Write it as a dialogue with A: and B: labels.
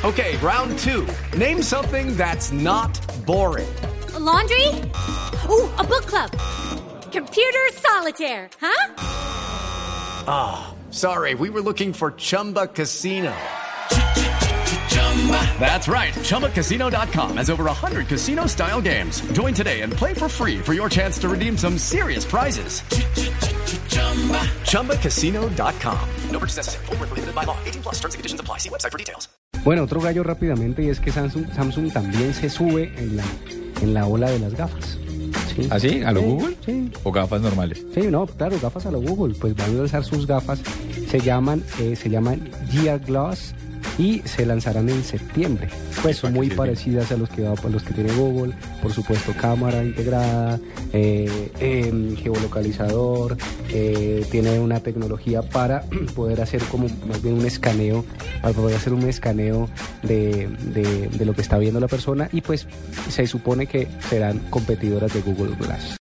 A: Okay, round two. Name something that's not boring.
B: A laundry? Ooh, a book club. Computer solitaire, huh?
A: Ah, sorry, we were looking for Chumba Casino. That's right, ChumbaCasino.com has over 100 casino-style games. Join today and play for free for your chance to redeem some serious prizes. ChumbaCasino.com. No purchase necessary. Void where prohibited by law. 18+ terms and conditions apply. See website for details.
C: Bueno, otro gallo rápidamente, y es que Samsung también se sube en la ola de las gafas. ¿Sí?
D: ¿Ah, sí? ¿A lo
C: Sí,
D: Google?
C: Sí.
D: ¿O gafas normales?
C: Sí, no, claro, gafas a lo Google. Pues van a lanzar sus gafas, se llaman Gear Glass, y se lanzarán en septiembre. Pues son muy parecidas a los que tiene Google, por supuesto, cámara integrada, geolocalizador, tiene una tecnología para poder hacer como más bien un escaneo, para poder hacer un escaneo de lo que está viendo la persona, y pues se supone que serán competidoras de Google Glass.